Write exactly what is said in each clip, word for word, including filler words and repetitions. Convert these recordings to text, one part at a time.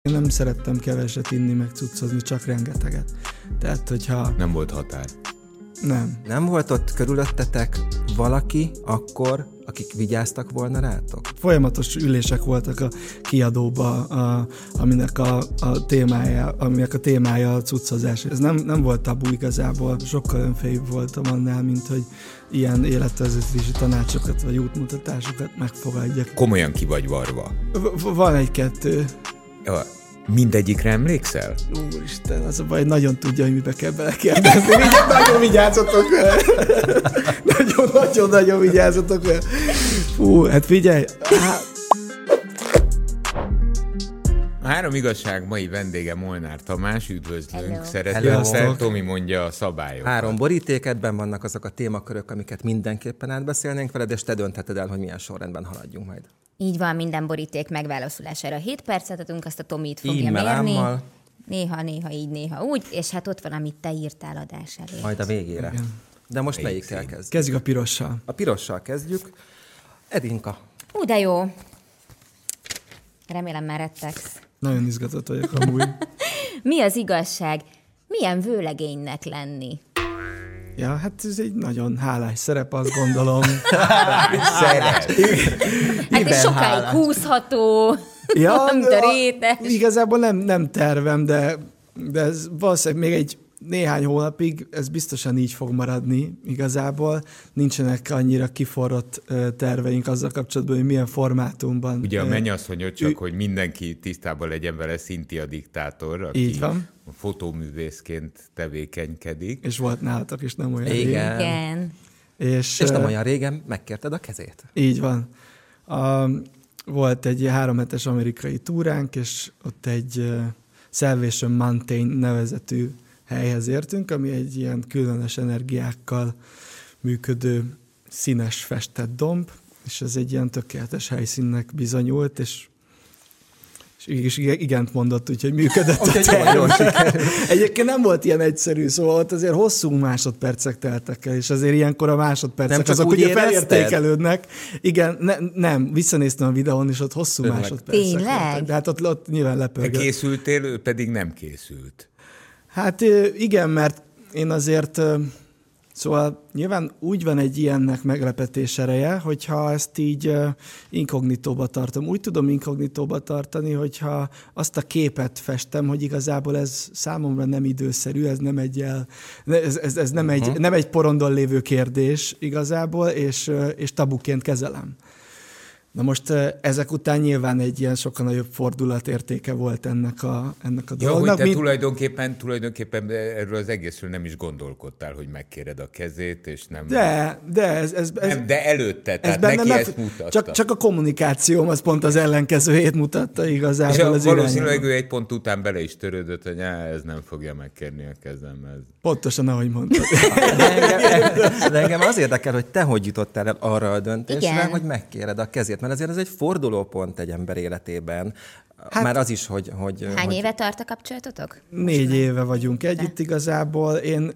Én nem szerettem keveset inni, meg cuccozni, csak rengeteget. Tehát, hogyha... Nem volt határ. Nem. Nem volt ott körülöttetek valaki akkor, akik vigyáztak volna rátok? Folyamatos ülések voltak a kiadóba, a, aminek a, a témája, aminek a témája a cuccozás. Ez nem, nem volt tabu igazából, sokkal önfejűbb voltam annál, mint hogy ilyen életvezetési tanácsokat vagy útmutatásokat megfogadjak. Komolyan ki vagy varva? V- van egy-kettő. Ja, mindegyikre emlékszel? Úristen, az a baj, nagyon tudja, hogy mibe kell belekérdezni. Nagyon vigyázzatok vele. Nagyon-nagyon-nagyon vigyázzatok vele. Fú, hát figyelj. A Három igazság mai vendége Molnár Tamás, üdvözlünk, szeretettel. Tomi mondja a szabályokat. Három boríték, ebben vannak azok a témakörök, amiket mindenképpen átbeszélnénk veled, és te döntheted el, hogy milyen sorrendben haladjunk majd. Így van, minden boríték megválaszolására hét percet adunk, azt a Tomi itt fogja Így, mérni. melámmal. Néha, néha így, néha úgy, és hát ott van, amit te írtál adás elé. Majd a végére. Igen. De most Melyik melyikkel szín? kezdjük? Kezdjük a pirossal. A pirossal kezdjük. Edinka. Ú, de jó. Remélem már rettegsz. Nagyon izgatott vagyok amúgy. Mi az igazság? Milyen vőlegénynek lenni? Ja, hát ez egy nagyon hálás szerep, azt gondolom. Szeret. Hát ez sokáig húzható, Ja, mint a rétes. Igazából nem, nem tervem, de, de ez valószínűleg még egy néhány hónapig ez biztosan így fog maradni igazából. Nincsenek annyira kiforrott ö, terveink azzal kapcsolatban, hogy milyen formátumban. Ugye a ö, mennyasszonyod, csak ő- hogy mindenki tisztában legyen vele, Cynthia diktátor, aki Így van. fotóművészként tevékenykedik. És volt nálatok is nem olyan rég. Igen. Igen. És, És nem ö, olyan régen megkérted a kezét. Így van. A, volt egy három hetes amerikai túránk, és ott egy uh, Salvation Mountain nevezetű helyhez értünk, ami egy ilyen különös energiákkal működő színes festett domb, és ez egy ilyen tökéletes helyszínnek bizonyult, és és igent mondott, úgyhogy működött a terv. Egyébként nem volt ilyen egyszerű, szóval ott azért hosszú másodpercek teltek el, és azért ilyenkor a másodpercek Nem csak azok úgy ugye érezted? felértékelődnek. Igen, ne, nem, visszanéztem a videón, és ott hosszú Tényleg. másodpercek Tényleg? voltak. De hát ott, ott nyilván Te lepörgött. készültél, ő pedig nem készült. Hát ö, igen, mert én azért, ö, szóval nyilván úgy van egy ilyennek meglepetés ereje, hogyha ezt így ö, inkognitóba tartom. Úgy tudom inkognitóba tartani, hogyha azt a képet festem, hogy igazából ez számomra nem időszerű, ez nem egy, el, ez, ez, ez nem, egy, nem egy porondon lévő kérdés igazából, és, ö, és tabuként kezelem. Na most ö, ezek után nyilván egy ilyen sokkal nagyobb fordulatértéke volt ennek a, ennek a Ja, hogy dolognak. te mint- tulajdonképpen, tulajdonképpen erről az egészről nem is gondolkodtál, hogy megkéred a kezét, és nem... De, de ez, ez, ez, nem, de előtte, ez tehát bennem neki nem- ezt mutatta. csak, csak a kommunikációm az pont az ellenkezőjét mutatta igazából. És a, az valószínűleg irányába. ő egy pont után bele is törődött, hogy á, ez nem fogja megkérni a kezem. Ez. Pontosan, ahogy mondtad. De engem, de engem az érdekel, hogy te hogy jutottál el arra a döntésre, Igen. hogy megkéred a kezét. Mert azért ez egy fordulópont egy ember életében. Hát- Már az is, hogy... hogy Hány hogy éve tart a kapcsolatotok? Négy éve vagyunk együtt igazából. Én,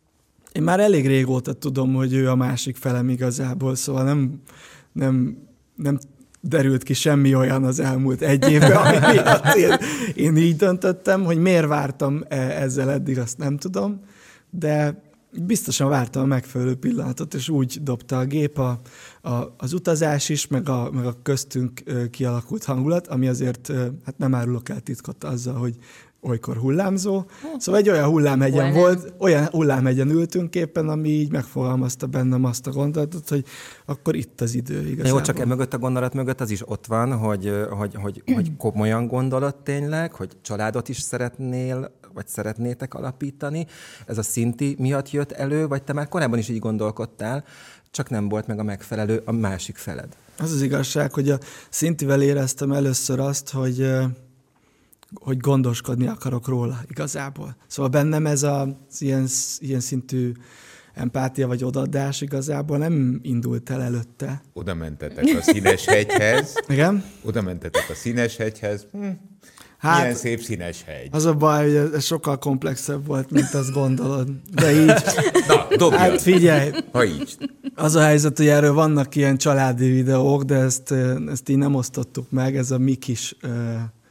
én már elég régóta tudom, hogy ő a másik felem igazából, szóval nem, nem, nem derült ki semmi olyan az elmúlt egy évben, ami miatt én, én így döntöttem, hogy miért vártam e- ezzel eddig, azt nem tudom, de biztosan vártam a megfelelő pillanatot, és úgy dobta a gép a, a, az utazás is, meg a, meg a köztünk ö, kialakult hangulat, ami azért, ö, hát nem árulok el titkot azzal, hogy olykor hullámzó. Szóval egy olyan hullámhegyen Hol nem. volt, olyan hullámhegyen ültünk éppen, ami így megfogalmazta bennem azt a gondolatot, hogy akkor itt az idő igazából. Jó, csak e mögött a gondolat mögött az is ott van, hogy, hogy, hogy, hogy komolyan gondolod tényleg, hogy családot is szeretnél, vagy szeretnétek alapítani. Ez a Szinti miatt jött elő, vagy te már korábban is így gondolkodtál, csak nem volt meg a megfelelő a másik feled. Az az igazság, hogy a Szintivel éreztem először azt, hogy, ö, hogy gondoskodni akarok róla igazából. Szóval bennem ez az ilyen, ilyen szintű empátia vagy odaadás igazából nem indult el előtte. Oda mentetek a Színeshegyhez, Igen? oda mentetek a Színeshegyhez, hm, Hát- milyen szép színes hegy. Az a baj, hogy ez- ez sokkal komplexebb volt, mint azt gondolod. De így, Na, dobjad, hát figyelj, ha így. az a helyzet, hogy erről vannak ilyen családi videók, de ezt, ezt így nem osztottuk meg, ez a mi kis,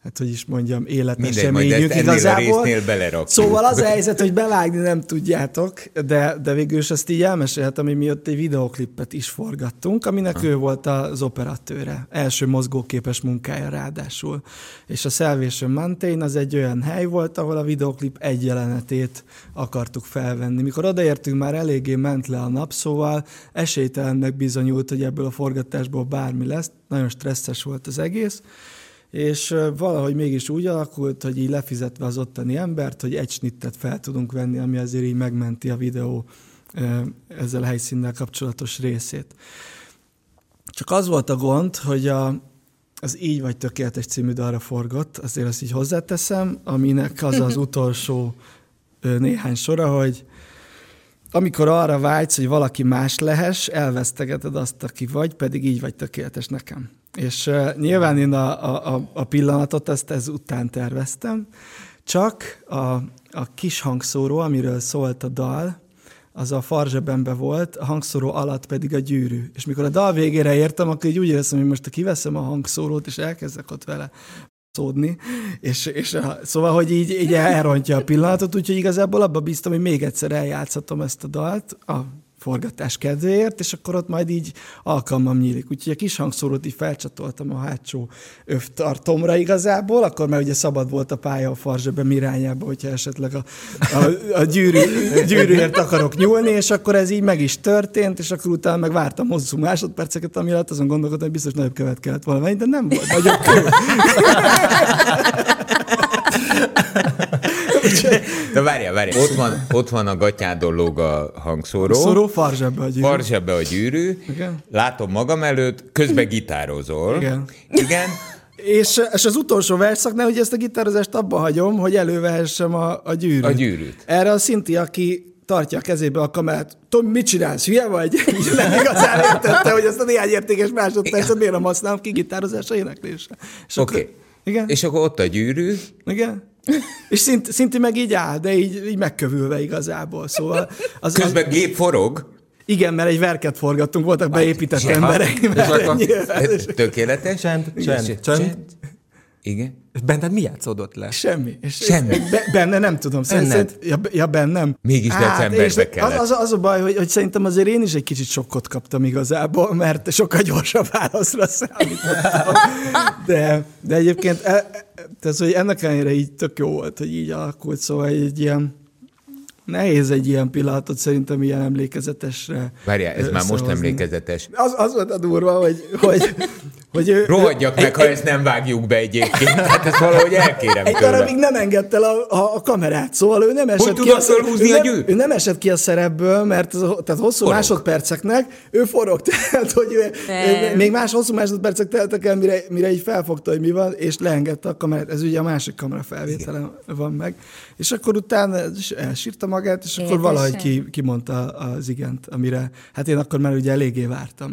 hát hogy is mondjam, életeseményük igazából. Szóval az a helyzet, hogy bevágni nem tudjátok, de, de végül is ezt így elmesélhetem, hogy mi ott egy videoklipet is forgattunk, aminek ha. ő volt az operatőre. Első mozgóképes munkája ráadásul. És a Salvation Mountain az egy olyan hely volt, ahol a videoklip egy jelenetét akartuk felvenni. Mikor odaértünk, már eléggé ment le a nap, szóval esélytelennek bizonyult, hogy ebből a forgatásból bármi lesz. Nagyon stresszes volt az egész. És valahogy mégis úgy alakult, hogy így lefizetve az ottani embert, hogy egy snittet fel tudunk venni, ami azért így megmenti a videó ezzel a helyszínnel kapcsolatos részét. Csak az volt a gond, hogy a, az Így vagy tökéletes című dalra forgott, azért azt így hozzáteszem, aminek az az utolsó néhány sora, hogy amikor arra vágysz, hogy valaki más lehess, elvesztegeted azt, aki vagy, pedig így vagy tökéletes nekem. És uh, nyilván én a, a, a pillanatot ezt ez után terveztem, csak a, a kis hangszóró, amiről szólt a dal, az a farzsebembe volt, a hangszóró alatt pedig a gyűrű. És mikor a dal végére értem, akkor így úgy éreztem, hogy most kiveszem a hangszórót, és elkezdek ott vele szódni, és, és a, szóval, hogy így, így elrontja a pillanatot, úgyhogy igazából abba bíztam, hogy még egyszer eljátszhatom ezt a dalt a forgatás kedvéért, és akkor ott majd így alkalmam nyílik. Úgyhogy a kis hangszórót így felcsatoltam a hátsó övtartomra igazából, akkor már ugye szabad volt a pálya a farzsebem irányába, hogyha esetleg a, a, a gyűrű, gyűrűért akarok nyúlni, és akkor ez így meg is történt, és akkor utána meg vártam hosszú másodperceket, ami alatt azon gondolkodtam, hogy biztos nagyobb követ kellett volna venni, de nem volt nagyobb követ. De várjál, várjál. Ott van, ott van a gatyádon lóg a hangszóró. Szóró, farzsebbe a gyűrű. Farzsebbe a gyűrű. Igen. Látom magam előtt, közben gitározol. Igen. Igen. És, és az utolsó verszaknál, hogy ezt a gitározást abba hagyom, hogy elővehessem a, a gyűrűt. A gyűrűt. Erre a Szinti, aki tartja a kezébe a kamerát, Tomi, mit csinálsz, hülye vagy? Így nem igazán értette, hogy ezt a néhány értékes másodpercet miért nem használom ki gitározásra, éneklésre. Oké. Okay. Igen? És akkor ott a gyűrű. Igen. És szint, Szinti meg így áll, de így, így megkövülve igazából. Szóval az, közben az... gép forog. Igen, mert egy verket forgattunk, voltak beépített ja. emberek. Tökéletes. Csend, csend, csend. Igen. És benned mi játszódott le? Semmi. És Semmi. Be, benne nem tudom. Szerint, ja, ja, bennem. Mégis decemberbe kellett. Az, az, az a baj, hogy, hogy szerintem azért én is egy kicsit sokkot kaptam igazából, mert sokkal gyorsabb válaszra számítottam. De, de egyébként e, tehát, hogy ennek ellenére így tök jó volt, hogy így alakult, szóval egy ilyen nehéz egy ilyen pillanatot szerintem ilyen emlékezetesre. Várjál, ez már most emlékezetes. Az, az volt a durva, hogy... hogy, hogy ő, rohadjak meg, egy, ha egy, ezt nem vágjuk be egyébként. Hát ezt valahogy elkérem egy tőle. darabig nem engedte el a, a, a kamerát, szóval ő nem esett hogy ki a, ő, a nem, ő nem esett ki a szerepből, mert az, tehát hosszú forog. másodperceknek ő forog, tehát hogy ő, ő, még más hosszú másodpercek teltek el, mire, mire így felfogta, hogy mi van, és leengedte a kamerát. Ez ugye a másik kamera felvételen van meg. És akkor utána elsírta magát, és akkor valahogy ki, kimondta az igent, amire, hát én akkor már ugye eléggé vártam.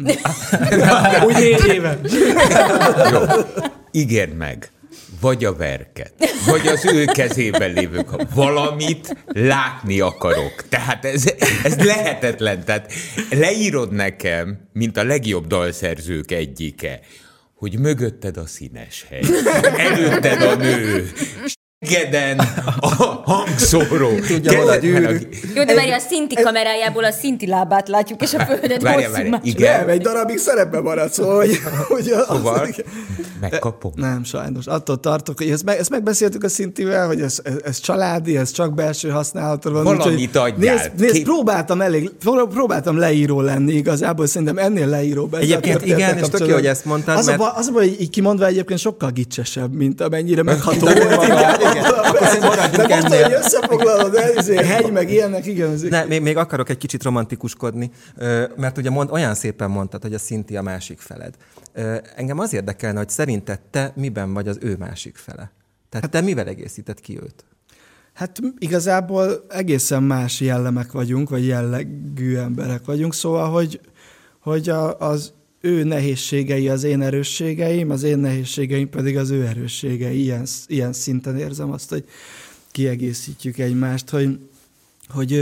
Úgy négy éve. Jó. Ígérd meg, vagy a verket, vagy az ő kezében lévő valamit látni akarok. Tehát ez, ez lehetetlen. Tehát leírod nekem, mint a legjobb dalszerzők egyike, hogy mögötted a színes hely, előtted a nő, Geden a hangszóró. Jó, de várj, a Szinti kamerájából a Szinti lábát látjuk, és a földet hosszú más. Nem, egy darabig szerepbe marad, szóval, hogy... hogy szóval az, megkapom. Nem, sajnos. Attól tartok, hogy ezt, meg, ezt megbeszéltük a Szintivel, hogy ez, ez, ez családi, ez csak belső használatra van. Valamit adjál. Nézd, nézd próbáltam, elég, próbáltam leíró lenni igazából, szerintem ennél leíró. Egyébként igen, és tök jó, hogy ezt mondtad, az mert... A, az a baj, hogy így kimondva egyébként sokkal gicsesebb, mint amennyire megható volt. Igen. Akkor maradjunk ennél. De most, hogy összefoglalod el, hegy meg ilyenek, igen. Ne, még, még akarok egy kicsit romantikuskodni, mert ugye mond, olyan szépen mondtad, hogy a Szinti a másik feled. Engem az érdekelne, hogy szerinted te miben vagy az ő másik fele? Tehát hát, te mivel egészíted ki őt? Hát igazából egészen más jellemek vagyunk, vagy jellegű emberek vagyunk, szóval, hogy, hogy a, az ő nehézségei az én erősségeim, az én nehézségeim pedig az ő erősségei. Ilyen, ilyen szinten érzem azt, hogy kiegészítjük egymást, hogy, hogy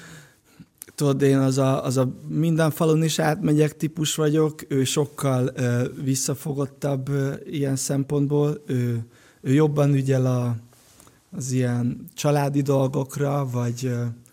tudod, én az a, az a minden falon is átmegyek típus vagyok, ő sokkal uh, visszafogottabb uh, ilyen szempontból, ő ő jobban ügyel a, az ilyen családi dolgokra, vagy,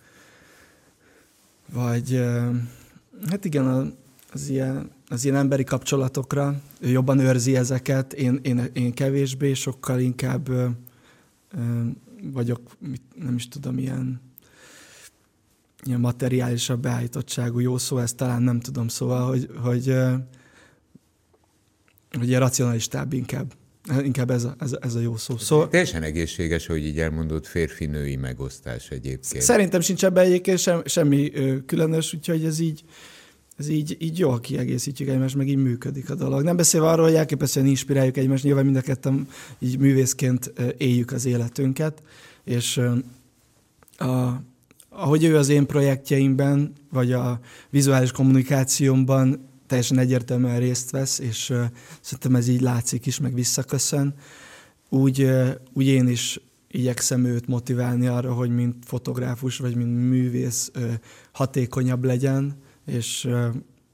vagy hát igen, az ilyen, az ilyen emberi kapcsolatokra. Ő jobban őrzi ezeket, én, én, én kevésbé, sokkal inkább ö, ö, vagyok, mit, nem is tudom, ilyen, ilyen materiálisabb beállítottságú, jó szó, ezt talán nem tudom, szóval, hogy, hogy, ö, hogy ilyen racionalistább inkább. Inkább ez a, ez a, ez a jó szó. Szóval, teljesen egészséges, hogy így elmondott férfi-női megosztás egyébként. Szerintem sincs ebben egyébként sem, semmi ö, különös, úgyhogy ez így, ez így, így jól kiegészítjük egymást, meg így működik a dolog. Nem beszélve arról, hogy elképesztően inspiráljuk egymást, nyilván mind a ketten így művészként éljük az életünket, és a, ahogy ő az én projektjeimben, vagy a vizuális kommunikációmban teljesen egyértelműen részt vesz, és uh, szerintem ez így látszik is, meg visszaköszön. Úgy, uh, úgy én is igyekszem őt motiválni arra, hogy mint fotográfus, vagy mint művész uh, hatékonyabb legyen, és, uh,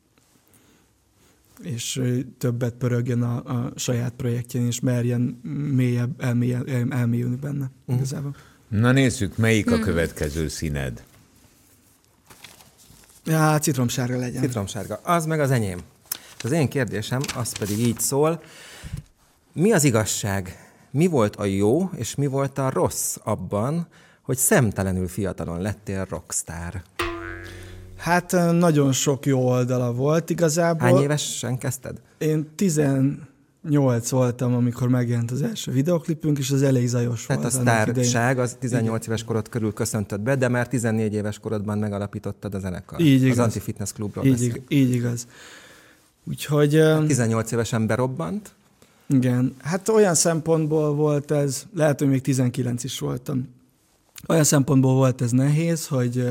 és uh, többet pörögjön a, a saját projektjén, és merjen mélyebb elmélyül, elmélyülni benne. Mm. Igazából. Na nézzük, melyik a következő színed? Ja, citromsárga legyen. Citromsárga. Az meg az enyém. Az én kérdésem, az pedig így szól. Mi az igazság? Mi volt a jó, és mi volt a rossz abban, hogy szemtelenül fiatalon lettél rockstar? Hát nagyon sok jó oldala volt igazából. Hány évesen kezdted? Én tizennyolc voltam, amikor megjelent az első videoklipünk, és az elég zajos Tehát volt. Tehát a sztárság az tizennyolc éves korod körül köszöntött be, de már tizennégy éves korodban megalapítottad a zenekar. Így az igaz. Anti-Fitness Klubról így, beszélünk. így igaz. Úgyhogy... tizennyolc évesen berobbant. Igen. Hát olyan szempontból volt ez, lehet, hogy még tizenkilenc is voltam. Olyan szempontból volt ez nehéz, hogy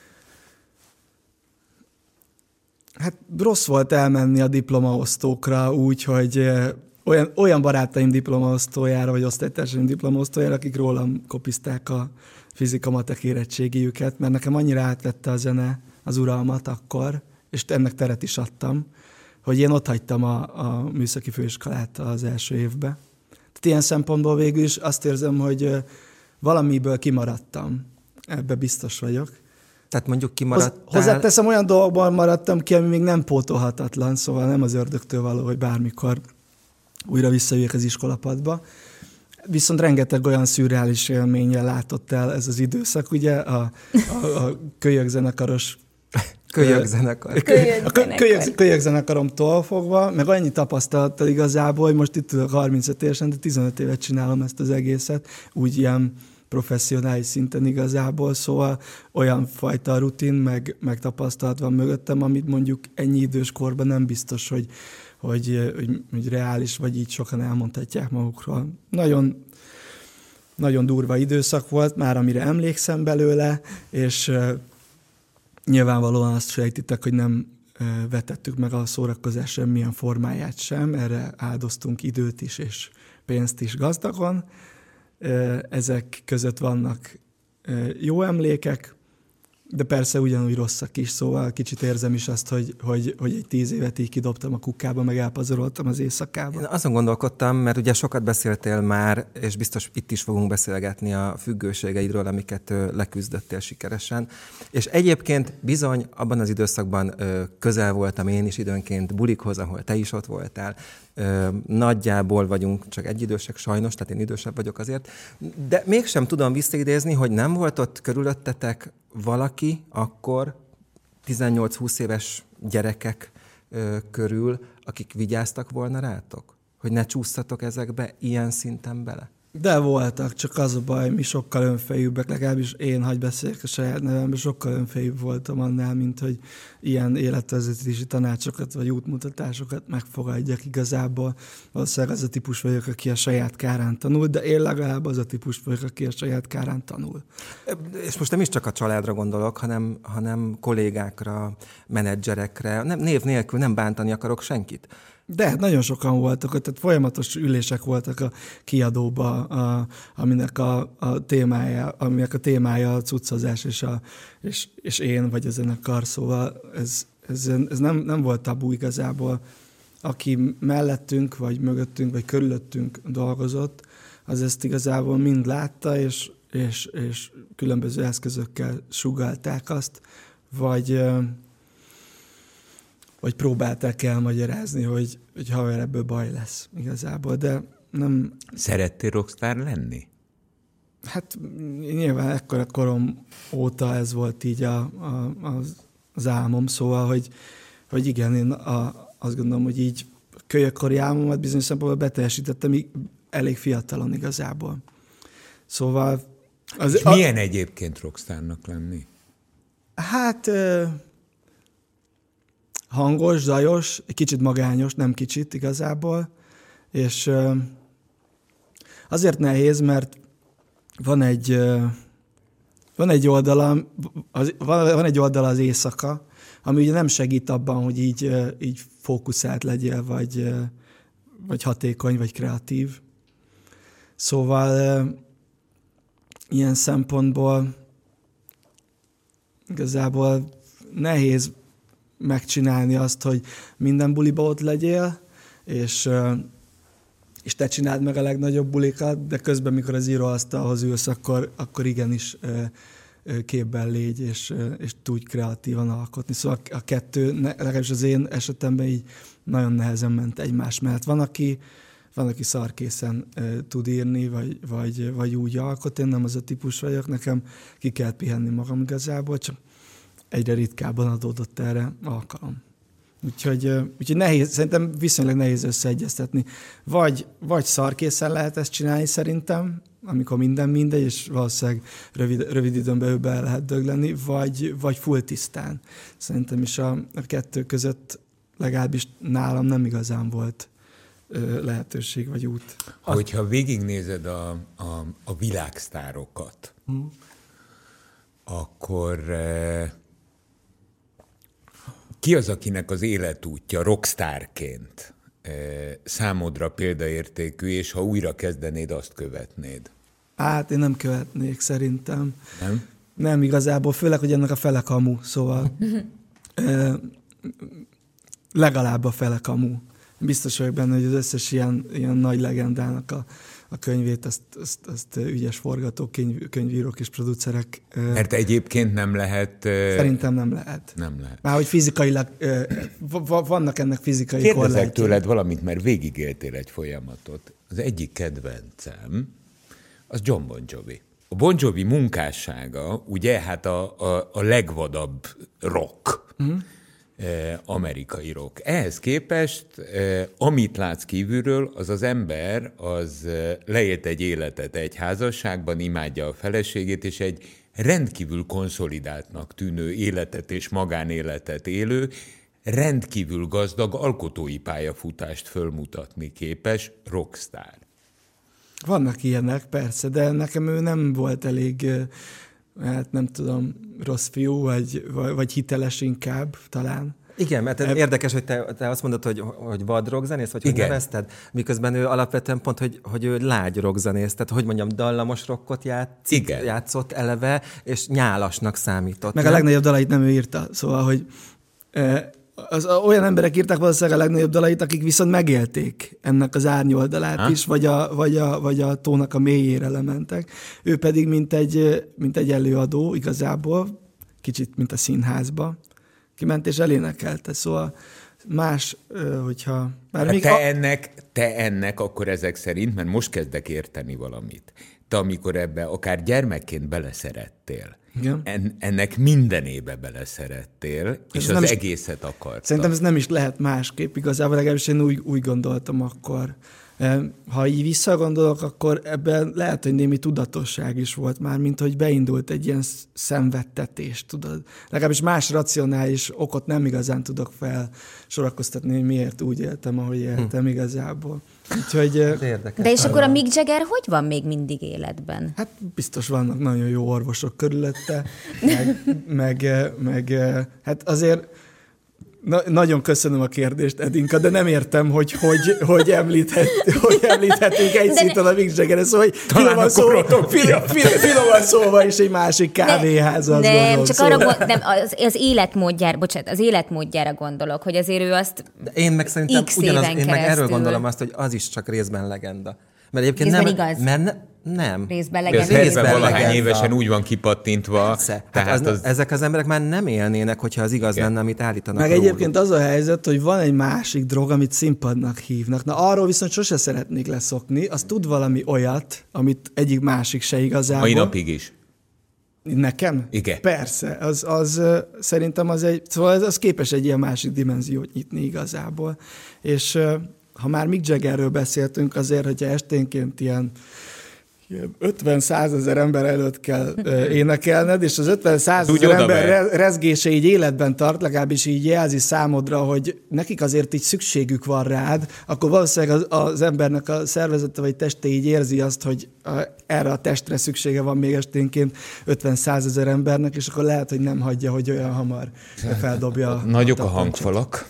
hát rossz volt elmenni a diplomaosztókra úgy, hogy olyan, olyan barátaim diplomaosztójára, vagy osztálytársaim diplomaosztójára, akik rólam kopizták a fizika-matek érettségijüket, mert nekem annyira átvette a zene az uralmat akkor, és ennek teret is adtam, hogy én ott hagytam a, a műszaki főiskolát az első évbe. Tehát ilyen szempontból végül is azt érzem, hogy valamiből kimaradtam. Ebbe biztos vagyok. Tehát mondjuk kimaradtál... Hozzáteszem, olyan dolgokban maradtam ki, ami még nem pótolhatatlan, szóval nem az ördögtől való, hogy bármikor újra visszajöjjek az iskolapadba. Viszont rengeteg olyan szürreális élménnyel látott el ez az időszak, ugye, a, a, a kölyökzenekaros Kölyökzenekar. Kölyökzenekaromtól fogva, meg annyi tapasztalattal igazából, hogy most itt tudok harmincöt évesen, de tizenöt évet csinálom ezt az egészet, úgy ilyen professzionális szinten igazából, szóval olyan fajta rutin, meg, meg tapasztalat van mögöttem, amit mondjuk ennyi idős korban nem biztos, hogy, hogy, hogy, hogy reális, vagy így sokan elmondhatják magukról. Nagyon, nagyon durva időszak volt, már amire emlékszem belőle, és nyilvánvalóan azt sejtitek, hogy nem vetettük meg a szórakozás semmilyen formáját sem, erre áldoztunk időt is és pénzt is gazdagon. Ezek között vannak jó emlékek, de persze ugyanúgy rosszak is, szóval kicsit érzem is azt, hogy, hogy, hogy egy tíz évet így kidobtam a kukába, meg elpazaroltam az éjszakába. Én azon gondolkodtam, mert ugye sokat beszéltél már, és biztos itt is fogunk beszélgetni a függőségeidről, amiket leküzdöttél sikeresen. És egyébként bizony abban az időszakban közel voltam én is időnként bulikhoz, ahol te is ott voltál. Nagyjából vagyunk csak egyidősek sajnos, tehát én idősebb vagyok azért, de mégsem tudom visszaidézni, hogy nem volt ott körülöttetek valaki akkor tizennyolc-húsz éves gyerekek ö, körül, akik vigyáztak volna rátok? Hogy ne csúsztatok ezekbe ilyen szinten bele? De voltak, csak az a baj, mi sokkal önfejűbbek, legalábbis én, hagy beszéljek a saját nevemben, sokkal önfejűbb voltam annál, mint hogy ilyen életvezetési tanácsokat vagy útmutatásokat megfogadjak igazából. Valószínűleg az a típus vagyok, aki a saját kárán tanul, de én legalább az a típus vagyok, aki a saját kárán tanul. És most nem is csak a családra gondolok, hanem, hanem kollégákra, menedzserekre, nem, név nélkül nem bántani akarok senkit. De hát nagyon sokan voltak, tehát folyamatos ülések voltak a kiadóba, a, aminek a, a témája, aminek a témája a cuccozás és, a, és, és én vagy a zenekar, szóval ez, ez, ez nem, nem volt tabu igazából. Aki mellettünk, vagy mögöttünk, vagy körülöttünk dolgozott, az ezt igazából mind látta, és, és, és különböző eszközökkel sugallták azt, vagy, vagy próbálták elmagyarázni, hogy, hogy haver, ebből baj lesz igazából, de nem... Szerettél rockstar lenni? Hát nyilván ekkora korom óta ez volt így a, a, az, az álmom, szóval, hogy, hogy igen, én a, azt gondolom, hogy így kölyökkori álmomat bizonyos szempontból beteljesítettem elég fiatalon igazából. Szóval... Az, És a, milyen egyébként rockstarnak lenni? Hát hangos, zajos, egy kicsit magányos, nem kicsit igazából, és azért nehéz, mert van egy, van egy oldala, az, van egy oldala az éjszaka, ami ugye nem segít abban, hogy így, így fókuszált legyél, vagy, vagy hatékony, vagy kreatív. Szóval ilyen szempontból igazából nehéz megcsinálni azt, hogy minden buliba ott legyél, és, és te csináld meg a legnagyobb bulikat, de közben, mikor az íróasztalhoz ülsz, akkor, akkor igenis képben légy, és, és tudj kreatívan alkotni. Szóval a kettő, legalábbis az én esetemben így nagyon nehezen ment egymás mellett. Van, aki, van, aki szarkészen tud írni, vagy, vagy, vagy úgy alkot, én nem az a típus vagyok, nekem ki kell pihenni magam igazából, csak egyre ritkábban adódott erre alkalom. Úgyhogy, úgyhogy nehéz, szerintem viszonylag nehéz összeegyeztetni. Vagy, vagy szarkészen lehet ezt csinálni szerintem, amikor minden mindegy, és valószínűleg rövid, rövid időn belül be lehet dögleni, vagy, vagy full tisztán. Szerintem is a, a kettő között legalábbis nálam nem igazán volt ö, lehetőség vagy út. Hogyha végignézed a, a, a világsztárokat, hmm. akkor... Eh, ki az, akinek az életútja rockstárként e, számodra példaértékű, és ha újra kezdenéd, azt követnéd? Hát én nem követnék szerintem. Nem? Nem igazából, főleg, hogy ennek a fele kamu, szóval e, legalább a fele kamu. Biztos vagyok benne, hogy az összes ilyen, ilyen nagy legendának a, a könyvét, azt, azt, azt ügyes forgatókönyv, könyvírók és producerek... Mert egyébként nem lehet... Szerintem nem lehet. Nem lehet. Már hogy fizikailag, vannak ennek fizikai korlátjai. Kérdezek tőled valamit, mert végigéltél egy folyamatot. Az egyik kedvencem, az John Bon Jovi. A Bon Jovi munkássága, ugye, hát a, a, a legvadabb rock, uh-huh. amerikai rock. Ehhez képest, amit látsz kívülről, az az ember, az leélt egy életet egy házasságban, imádja a feleségét, és egy rendkívül konszolidáltnak tűnő életet és magánéletet élő, rendkívül gazdag alkotói pályafutást fölmutatni képes rockstar. Vannak ilyenek, persze, de nekem ő nem volt elég, hát nem tudom, rossz fiú, vagy, vagy hiteles inkább talán. Igen, mert Eb... érdekes, hogy te, te azt mondod, hogy, hogy vad rockzenész, vagy hogy nevezted, miközben ő alapvetően pont, hogy, hogy ő lágy rockzenész, tehát hogy mondjam, dallamos rockot játszik, játszott eleve, és nyálasnak számított. Meg nem? A legnagyobb dalait nem ő írta, szóval, hogy az, olyan emberek írták valószínűleg a legnagyobb dalait, akik viszont megélték ennek az árnyoldalát ha? is, vagy a, vagy, a, vagy a tónak a mélyére lementek. Ő pedig, mint egy, mint egy előadó igazából, kicsit, mint a színházba, kiment és elénekelte. Szóval más, hogyha... Bár hát még te, a... ennek, te ennek akkor ezek szerint, mert most kezdek érteni valamit. Te amikor ebbe akár gyermekként beleszerettél, En, ennek mindenébe beleszerettél, ez és az is, egészet akartad. Szerintem ez nem is lehet másképp igazából, legalábbis én úgy, úgy gondoltam akkor. Ha így visszagondolok, akkor ebben lehet, hogy némi tudatosság is volt már, mint hogy beindult egy ilyen szenvedtetés, tudod. Legalábbis más racionális okot nem igazán tudok felsorakoztatni, hogy miért úgy éltem, ahogy éltem hm. igazából. Úgyhogy, de és akkor a Mick Jagger hogy van még mindig életben? Hát biztos vannak nagyon jó orvosok körülötte, meg, meg, meg hát azért na, nagyon köszönöm a kérdést, Edinka, de nem értem, hogy hogy, hogy, említhet, hogy említhetnénk egy szinten a Mick Jagger, szóval hogy finoman szóval, finoman fino, szóval is egy másik kávéház. Az nem, gondolom, csak szóval. arra, nem, az, az életmódjára, bocsánat, az életmódjára gondolok, hogy azért ő azt de én meg szerintem X ugyanaz, éven én keresztül. meg erről gondolom azt, hogy az is csak részben legenda. Mert egyébként Részben nem, igaz. Mert ne, nem. Részben Ez legendő. hetven valahány legenda. évesen úgy van kipattintva. Persze. Tehát hát az, az... ezek az emberek már nem élnének, hogyha az igaz Igen. lenne, amit állítanak Meg róluk. egyébként az a helyzet, hogy van egy másik drog, amit színpadnak hívnak. Na arról viszont sose szeretnék leszokni. Az tud valami olyat, amit egyik másik se igazából. Mai napig is. Nekem? Igen. Persze. Az, az uh, szerintem az egy, szóval az, az képes egy ilyen másik dimenziót nyitni igazából. És uh, ha már Mick Jaggerről beszéltünk, azért, hogyha esténként ilyen ötven-százezer ember előtt kell ö, énekelned, és az ötven-százezer ember re- rezgése így életben tart, legalábbis így jelzi számodra, hogy nekik azért így szükségük van rád, akkor valószínűleg az, az embernek a szervezete vagy teste így érzi azt, hogy a, erre a testre szüksége van még esténként ötven-százezer embernek, és akkor lehet, hogy nem hagyja, hogy olyan hamar feldobja. A, Nagyok a, a hangfalak.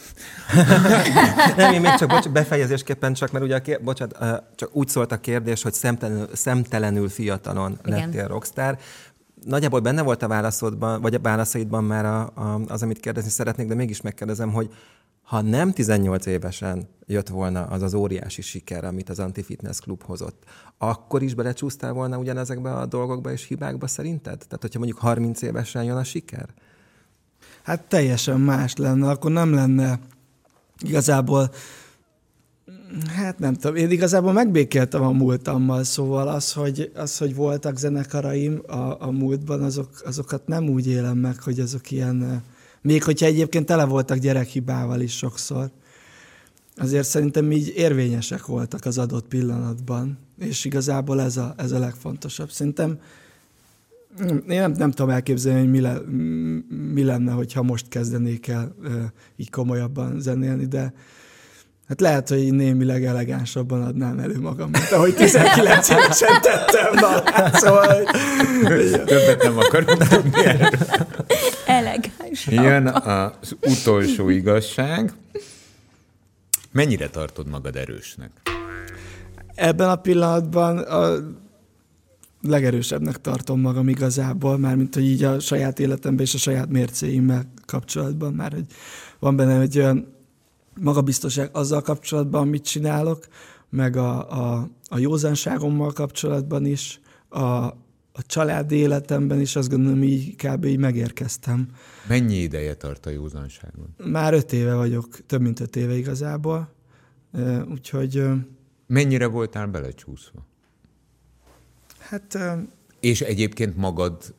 Nem, én még csak bocs, befejezésképpen csak, mert ugye a kér, bocsánat, csak úgy szólt a kérdés, hogy szemtelenül, szemtelenül fiatalon Igen. lettél rockstar. Nagyjából benne volt a válaszodban, vagy a válaszaidban már a, a, az, amit kérdezni szeretnék, de mégis megkérdezem, hogy ha nem tizennyolc évesen jött volna az az óriási siker, amit az Anti-Fitness Club hozott, akkor is belecsúsztál volna ugyanezekbe a dolgokba és hibákba szerinted? Tehát, hogyha mondjuk harminc évesen jön a siker? Hát teljesen más lenne, akkor nem lenne igazából, hát nem tudom, én igazából megbékéltem a múltammal, szóval az, hogy, az, hogy voltak zenekaraim a, a múltban, azok, azokat nem úgy élem meg, hogy azok ilyen, még hogyha egyébként tele voltak gyerekhibával is sokszor, azért szerintem így érvényesek voltak az adott pillanatban, és igazából ez a, ez a legfontosabb. Szerintem én nem, nem tudom elképzelni, hogy mi, le, mi lenne, hogyha most kezdenék el így komolyabban zenélni, de hát lehet, hogy némileg elegánsabban adnám elő magam, mint ahogy tizenkilenc évesen tettem. Na, hát szóval, hogy... Többet nem akarok tudni erről. Elegáns. Jön az utolsó igazság. Mennyire tartod magad erősnek? Ebben a pillanatban a legerősebbnek tartom magam igazából, mármint, hogy így a saját életemben és a saját mércéimmel kapcsolatban, már hogy van benne egy olyan magabiztosság azzal kapcsolatban, amit csinálok, meg a, a, a józanságommal kapcsolatban is, a, a családi életemben is, azt gondolom, így kb. Így megérkeztem. Mennyi ideje tart a józanságon? Már öt éve vagyok, több mint öt éve igazából, úgyhogy... Mennyire voltál belecsúszva? Hát... És egyébként magad,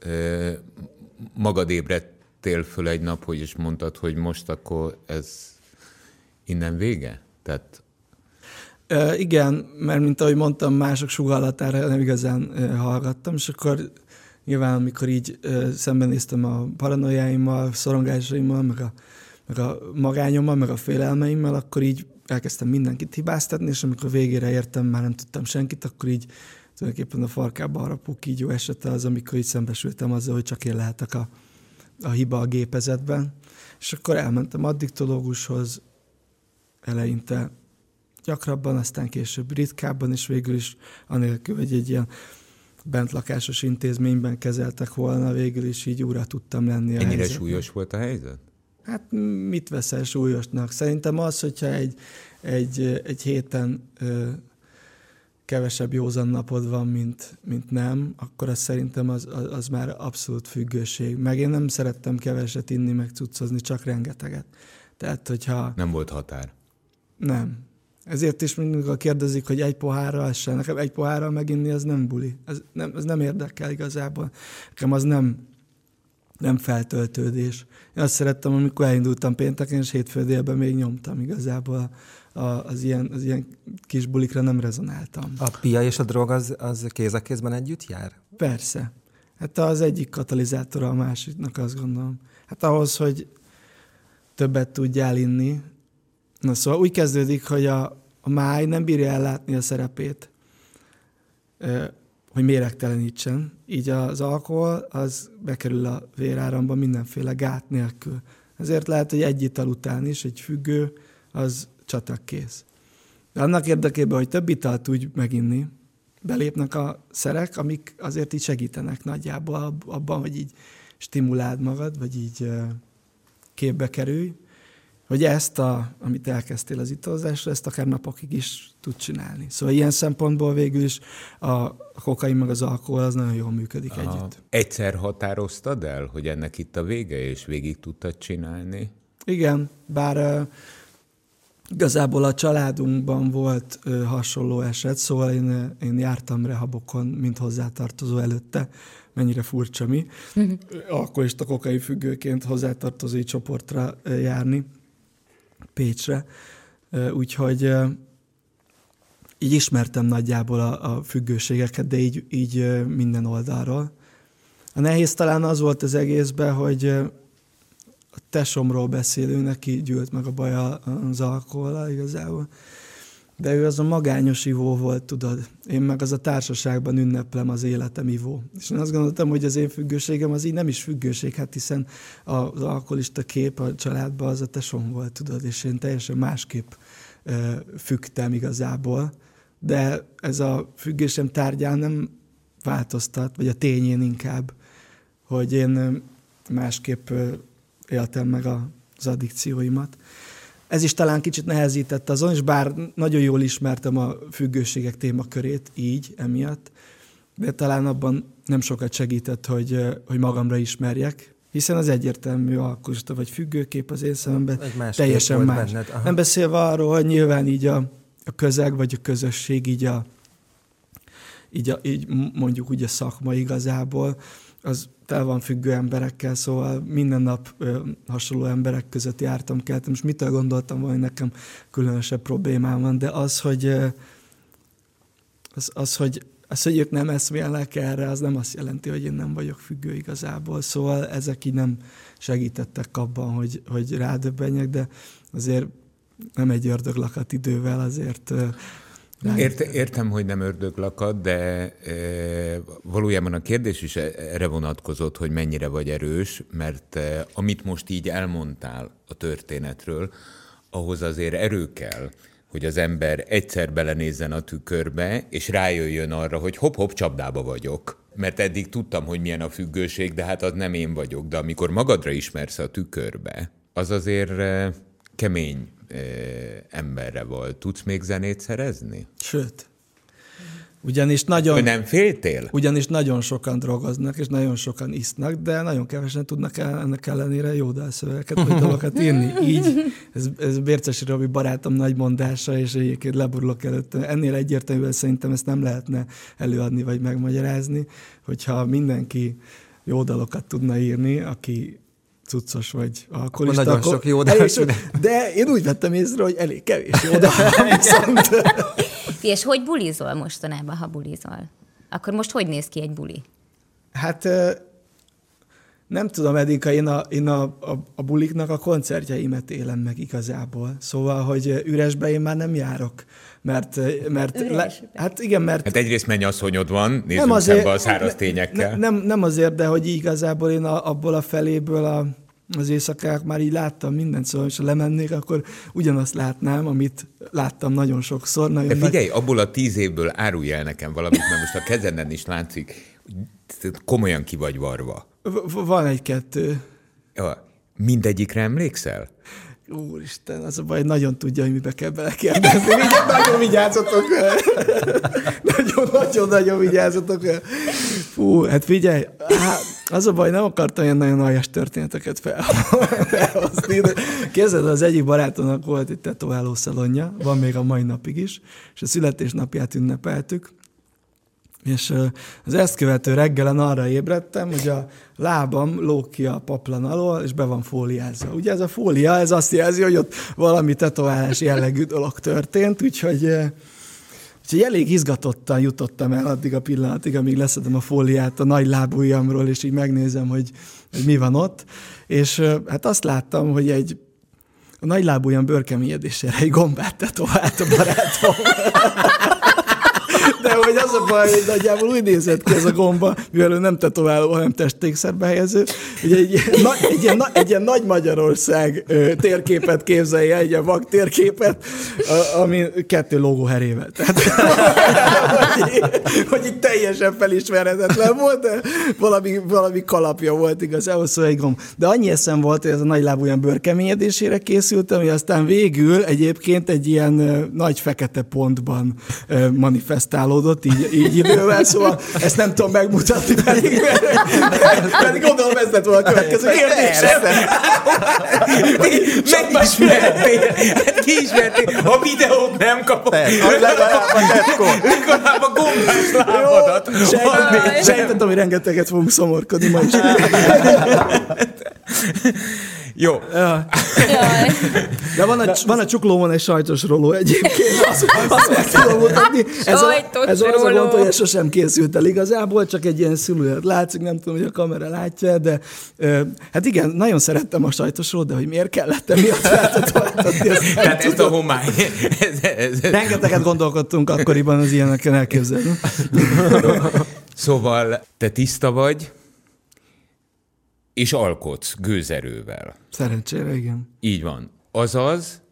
magad ébredtél föl egy nap, hogy is mondtad, hogy most akkor ez innen vége? Tehát... Uh, igen, mert mint ahogy mondtam, mások sugallatára nem igazán uh, hallgattam, és akkor nyilván, amikor így uh, szembenéztem a paranoiáimmal, szorongásaimmal, meg a, meg a magányommal, meg a félelmeimmel, akkor így elkezdtem mindenkit hibáztatni, és amikor végére értem, már nem tudtam senkit, akkor így tulajdonképpen a farkába harapó kígyó esete az, amikor így szembesültem azzal, hogy csak én lehetek a, a hiba a gépezetben. És akkor elmentem addiktológushoz, eleinte gyakrabban, aztán később ritkábban, és végül is anélkül, hogy egy ilyen bentlakásos intézményben kezeltek volna, végül is így újra tudtam lenni a Ennyire helyzetben. súlyos volt a helyzet? Hát mit veszel súlyosnak? Szerintem az, hogyha egy, egy, egy héten ö, kevesebb józan napod van, mint, mint nem, akkor az szerintem az, az, az már abszolút függőség. Meg én nem szerettem keveset inni, meg cuccozni, csak rengeteget. Tehát, hogyha... Nem volt határ. Nem. Ezért is mindig, ha kérdezik, hogy egy pohárral, az sem. Nekem egy pohárral meginni, az nem buli. Ez nem, ez nem érdekel igazából. Nekem az nem, nem feltöltődés. Én azt szerettem, amikor elindultam pénteken, és hétfő délben még nyomtam igazából. A, az, ilyen, az ilyen kis bulikra nem rezonáltam. A pia és a drog az, az kéz a kézben együtt jár? Persze. Hát az egyik katalizátora a másiknak, azt gondolom. Hát ahhoz, hogy többet tudjál inni. Na szóval úgy kezdődik, hogy a, a máj nem bírja ellátni a szerepét, hogy méregtelenítsen. Így az alkohol, az bekerül a véráramba mindenféle gát nélkül. Ezért lehet, hogy egy ital után is egy függő, az csatakkész. De annak érdekében, hogy több italt tudj meginni, belépnek a szerek, amik azért így segítenek nagyjából abban, hogy így stimuláld magad, vagy így képbe kerülj, hogy ezt, a, amit elkezdtél az italozásra, ezt akár napokig is tud csinálni. Szóval ilyen szempontból végül is a kokain meg az alkohol az nagyon jól működik Aha. együtt. Egyszer határoztad el, hogy ennek itt a vége, és végig tudtad csinálni? Igen, bár uh, igazából a családunkban volt uh, hasonló eset, szóval én, uh, én jártam rehabokon, mint hozzátartozó előtte, mennyire furcsa mi. Uh-huh. Alkoholista kokain függőként hozzátartozói csoportra uh, járni Pécsre. Uh, úgyhogy uh, így ismertem nagyjából a, a függőségeket, de így, így uh, minden oldalról. A nehéz talán az volt az egészben, hogy uh, a tesomról beszélő, neki gyűlt meg a baj az alkohollal igazából. De ő az a magányos ivó volt, tudod. Én meg az a társaságban ünneplem az életem ivó. És én azt gondoltam, hogy az én függőségem az így nem is függőség, hát hiszen az alkoholista kép a családban az a tesom volt, tudod, és én teljesen másképp uh, függtem igazából. De ez a függésem tárgyán nem változtat, vagy a tényén inkább, hogy én másképp uh, éltem meg az addikcióimat. Ez is talán kicsit nehezített azon, és bár nagyon jól ismertem a függőségek témakörét így, emiatt, de talán abban nem sokat segített, hogy, hogy magamra ismerjek, hiszen az egyértelmű alkoholista vagy függőkép az én szememben teljesen más. Nem beszélve arról, hogy nyilván így a, a közeg vagy a közösség, így, a, így, a, így mondjuk úgy a szakma igazából, az el van függő emberekkel, szóval minden nap ö, hasonló emberek között jártam, keltem, és mitől gondoltam volna, hogy nekem különösebb problémám van, de az, hogy, ö, az, az, hogy, az, hogy ők nem eszmélnek erre, az nem azt jelenti, hogy én nem vagyok függő igazából, szóval ezek így nem segítettek abban, hogy, hogy rádöbbenjek, de azért nem egy ördöglakat idővel, azért ö, Ért, értem, hogy nem ördöglakad, de e, valójában a kérdés is erre vonatkozott, hogy mennyire vagy erős, mert e, amit most így elmondtál a történetről, ahhoz azért erő kell, hogy az ember egyszer belenézzen a tükörbe, és rájöjjön arra, hogy hopp-hopp, csapdába vagyok. Mert eddig tudtam, hogy milyen a függőség, de hát az nem én vagyok. De amikor magadra ismersz a tükörbe, az azért e, kemény emberre volt. Tudsz még zenét szerezni? Sőt. Ugyanis nagyon... Ő nem féltél? Ugyanis nagyon sokan drogoznak, és nagyon sokan isznak, de nagyon kevesen tudnak el, ennek ellenére jó dalszövegeket, vagy dalokat írni. Így, ez, ez Bércesi Robi barátom nagy mondása, és egyébként leborulok előtte. Ennél egyértelműen szerintem ezt nem lehetne előadni, vagy megmagyarázni, hogyha mindenki jó dalokat tudna írni, aki cuccos vagy alkoholista. Nagyon sok jó dal. De én úgy vettem észre, hogy elég kevés jó dal. És hogy bulizol mostanában, ha bulizol? Akkor most hogy néz ki egy buli? Hát nem tudom, Edinka, én, a, én a, a, a buliknak a koncertjeimet élem meg igazából. Szóval, hogy üresbe én már nem járok. Mert, mert le, hát igen, mert... Hát egyrészt mennyasszonyod van, nézzünk azért, szembe a száraz tényekkel. Ne, nem, nem azért, de hogy igazából én a, abból a feléből a, az éjszakák már így láttam mindent, szóval, és ha lemennék, akkor ugyanazt látnám, amit láttam nagyon sokszor. Nagyon de figyelj, nagy... abból a tíz évből árulj el nekem valamit, mert most a kezeden is látszik, komolyan ki vagy varva. V- van egy-kettő. Ja, mindegyikre emlékszel? Úristen, az a baj, nagyon tudja, hogy mibe kell belekérdezni. Nagyon vigyázzatok el. Nagyon-nagyon-nagyon vigyázzatok el. Fú, hát figyelj, hát, az a baj, nem akartam ilyen nagyon aljas történeteket fel, felhozni. Képzeld, az egyik barátomnak volt egy tetováló szalonja, van még a mai napig is, és a születésnapját ünnepeltük, és az ezt követő reggelen arra ébredtem, hogy a lábam lóg ki a paplan alól, és be van fóliázva. Ugye ez a fólia, ez azt jelzi, hogy ott valami tetoválás jellegű dolog történt, úgyhogy, úgyhogy elég izgatottan jutottam el addig a pillanatig, amíg leszedem a fóliát a nagy lábujjamról, és így megnézem, hogy, hogy mi van ott. És hát azt láttam, hogy egy a nagy lábujjam bőrkeményedésére egy gombát tetovált a barátom. De hogy az a baj, hogy nagyjából úgy nézett ki ez a gomba, mivel ő nem tetováló, hanem testékszerbe helyező. Ugye egy ilyen, na, egy, ilyen, egy ilyen nagy Magyarország ö, térképet képzelje, egy ilyen vak térképet, a, ami kettő logóherével. Tehát, hogy, hogy így teljesen felismerhetetlen volt, de valami, valami kalapja volt igazából, szóval egy gomb. De annyi eszem volt, hogy ez a nagylábú ilyen bőrkeményedésére készült, ami aztán végül egyébként egy ilyen ö, nagy fekete pontban ö, manifestálódott, így, így idővel, szóval ezt nem tudom megmutatni, pedig, pedig gondolom ez lett volna a következő kérdésem. Megismertél, hát kiismertél, a videót nem kapod. Legalább a tetkor. Legalább a gombás lábadat. Sejtettem, hogy rengeteget fogunk szomorkodni ma is. Jó. Ja. De van a, van a csuklómon egy sajtos roló egyébként, azt, azt meg tudom mutatni. Ez, a, ez az a gond, hogy ez sosem készült el igazából, csak egy ilyen szilüet látszik, nem tudom, hogy a kamera látja, de uh, hát igen, nagyon szerettem a sajtos rolót, de hogy miért kellett emiatt feltetováltatni. Tehát ez a homály. Ez, ez, ez. Rengeteget gondolkodtunk akkoriban az ilyeneken elképzelni. Szóval te tiszta vagy, és alkotsz gőzerővel. Szerencsére, igen. Így van. Azaz,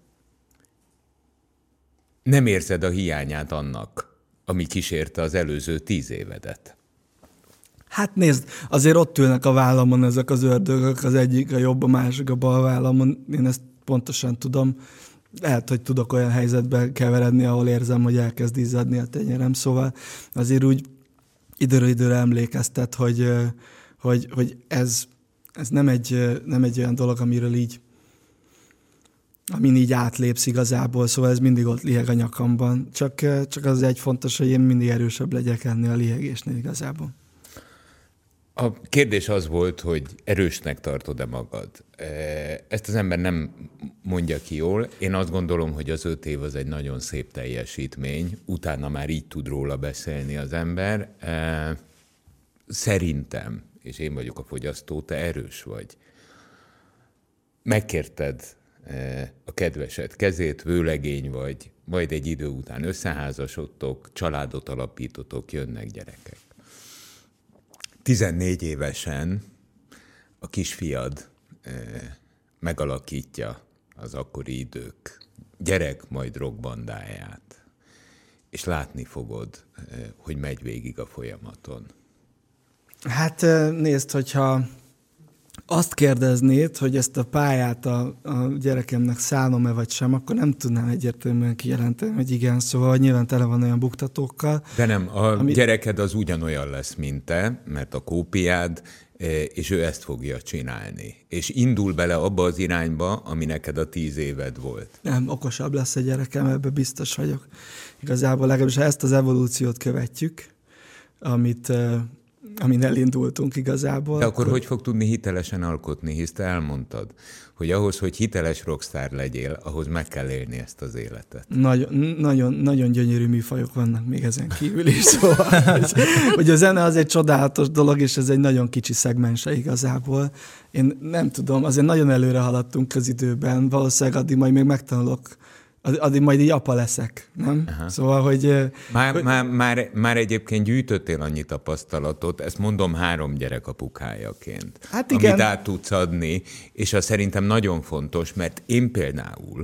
nem érzed a hiányát annak, ami kísérte az előző tíz évedet. Hát nézd, azért ott ülnek a vállamon ezek az ördögök, az egyik a jobb, a másik a bal vállamon. Én ezt pontosan tudom. Lehet, hogy tudok olyan helyzetbe keveredni, ahol érzem, hogy elkezd izzadni a tenyerem. Szóval azért úgy időről időre emlékeztet, hogy, hogy, hogy ez... Ez nem egy, nem egy olyan dolog, amiről így, amin így átlépsz igazából, szóval ez mindig ott liheg a nyakamban. Csak, csak az egy fontos, hogy én mindig erősebb legyek ennél a lihegésnél igazából. A kérdés az volt, hogy erősnek tartod-e magad. Ezt az ember nem mondja ki jól. Én azt gondolom, hogy az öt év az egy nagyon szép teljesítmény. Utána már így tud róla beszélni az ember. Szerintem, és én vagyok a fogyasztó, te erős vagy. Megkérted a kedvesed kezét, vőlegény vagy, majd egy idő után összeházasodtok, családot alapítotok, jönnek gyerekek. tizennégy évesen a kisfiad megalakítja az akkori idők gyerek, majd rockbandáját, és látni fogod, hogy megy végig a folyamaton. Hát nézd, hogyha azt kérdeznéd, hogy ezt a pályát a, a gyerekemnek szánom-e vagy sem, akkor nem tudnám egyértelműen kijelenteni, hogy igen, szóval nyilván tele van olyan buktatókkal. De nem, a ami... gyereked az ugyanolyan lesz, mint te, mert a kópiád, és ő ezt fogja csinálni. És indul bele abba az irányba, ami neked a tíz éved volt. Nem, okosabb lesz a gyerekem, ebben biztos vagyok. Igazából legalábbis, ha ezt az evolúciót követjük, amit... amin elindultunk igazából. De akkor, akkor hogy fog tudni hitelesen alkotni, hisz te elmondtad, hogy ahhoz, hogy hiteles rockstar legyél, ahhoz meg kell élni ezt az életet. Nagyon, nagyon, nagyon gyönyörű műfajok vannak még ezen kívül is, szóval, hogy, hogy a zene az egy csodálatos dolog, és ez egy nagyon kicsi szegmense igazából. Én nem tudom, azért nagyon előre haladtunk az időben, valószínűleg addig majd még megtanulok, addig majd így apa leszek, nem? Aha. Szóval, hogy... Már, hogy... Már, már, már egyébként gyűjtöttél annyi tapasztalatot, ezt mondom három gyerek apukájaként, hát igen. Amit át tudsz adni, és az szerintem nagyon fontos, mert én például,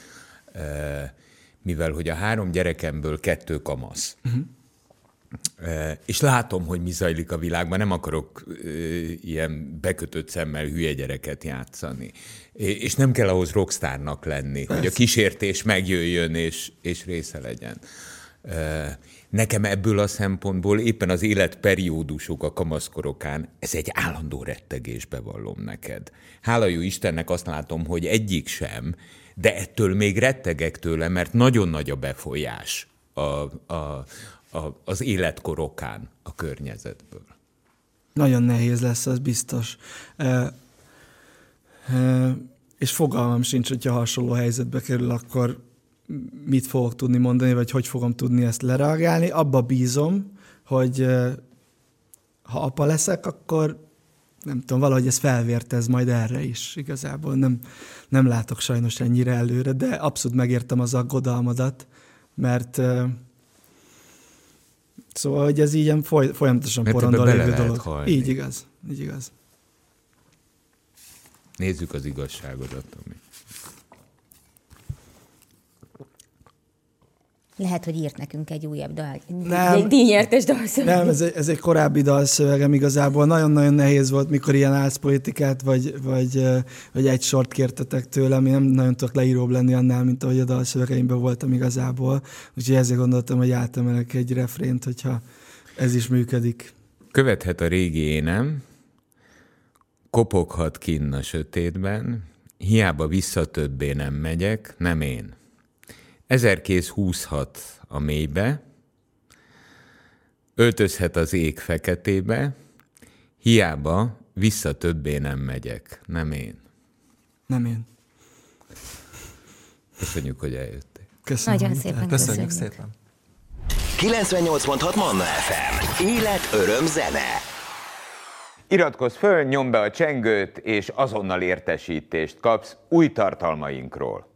mivel hogy a három gyerekemből kettő kamasz, uh-huh. és látom, hogy mi zajlik a világban, nem akarok ilyen bekötött szemmel hülye gyereket játszani. És nem kell ahhoz rockstárnak lenni, persze, hogy a kísértés megjöjjön és, és része legyen. Nekem ebből a szempontból éppen az életperiódusok a kamaszkorokán, ez egy állandó rettegés, bevallom neked. Hála jó Istennek azt látom, hogy egyik sem, de ettől még rettegek tőle, mert nagyon nagy a befolyás a, a, a, az életkorokán a környezetből. Nagyon nehéz lesz, az biztos. Uh, uh, és fogalmam sincs, hogyha hasonló helyzetbe kerül, akkor mit fogok tudni mondani, vagy hogy fogom tudni ezt lereagálni. Abba bízom, hogy uh, ha apa leszek, akkor nem tudom, valahogy ez felvértez majd erre is. Igazából nem, nem látok sajnos ennyire előre, de abszolút megértem az aggodalmadat, mert uh, Szóval, hogy ez ilyen foly, folyamatosan Mert porondon ebbe lévő bele dolog. lehet halni. Így igaz, így igaz. Nézzük az igazságodat, Tomi. Lehet, hogy írt nekünk egy újabb dal. Nem. Egy díjnyertes dalszöveg. Nem, ez egy, ez egy korábbi dalszövegem igazából. Nagyon-nagyon nehéz volt, mikor ilyen álcpolitikát, vagy, vagy, vagy egy sort kértetek tőlem. Én nem nagyon tudok leíróbb lenni annál, mint ahogy a dalszövegeimben voltam igazából. Úgyhogy ezért gondoltam, hogy átemelek egy refrént, hogyha ez is működik. Követhet a régi énem, kopoghat kinn a sötétben, hiába vissza többé nem megyek, nem én. Ezer kéz húzhat a mélybe, öltözhet az ég feketébe, hiába vissza többé nem megyek, nem én. Nem én. Köszönjük, hogy eljöttél. Köszönöm. Nagyon szépen Köszönjük köszönjük. szépen. kilencvennyolc pont hat Manna ef em. Élet, öröm, zene. Iratkozz föl, nyomd be a csengőt, és azonnal értesítést kapsz új tartalmainkról.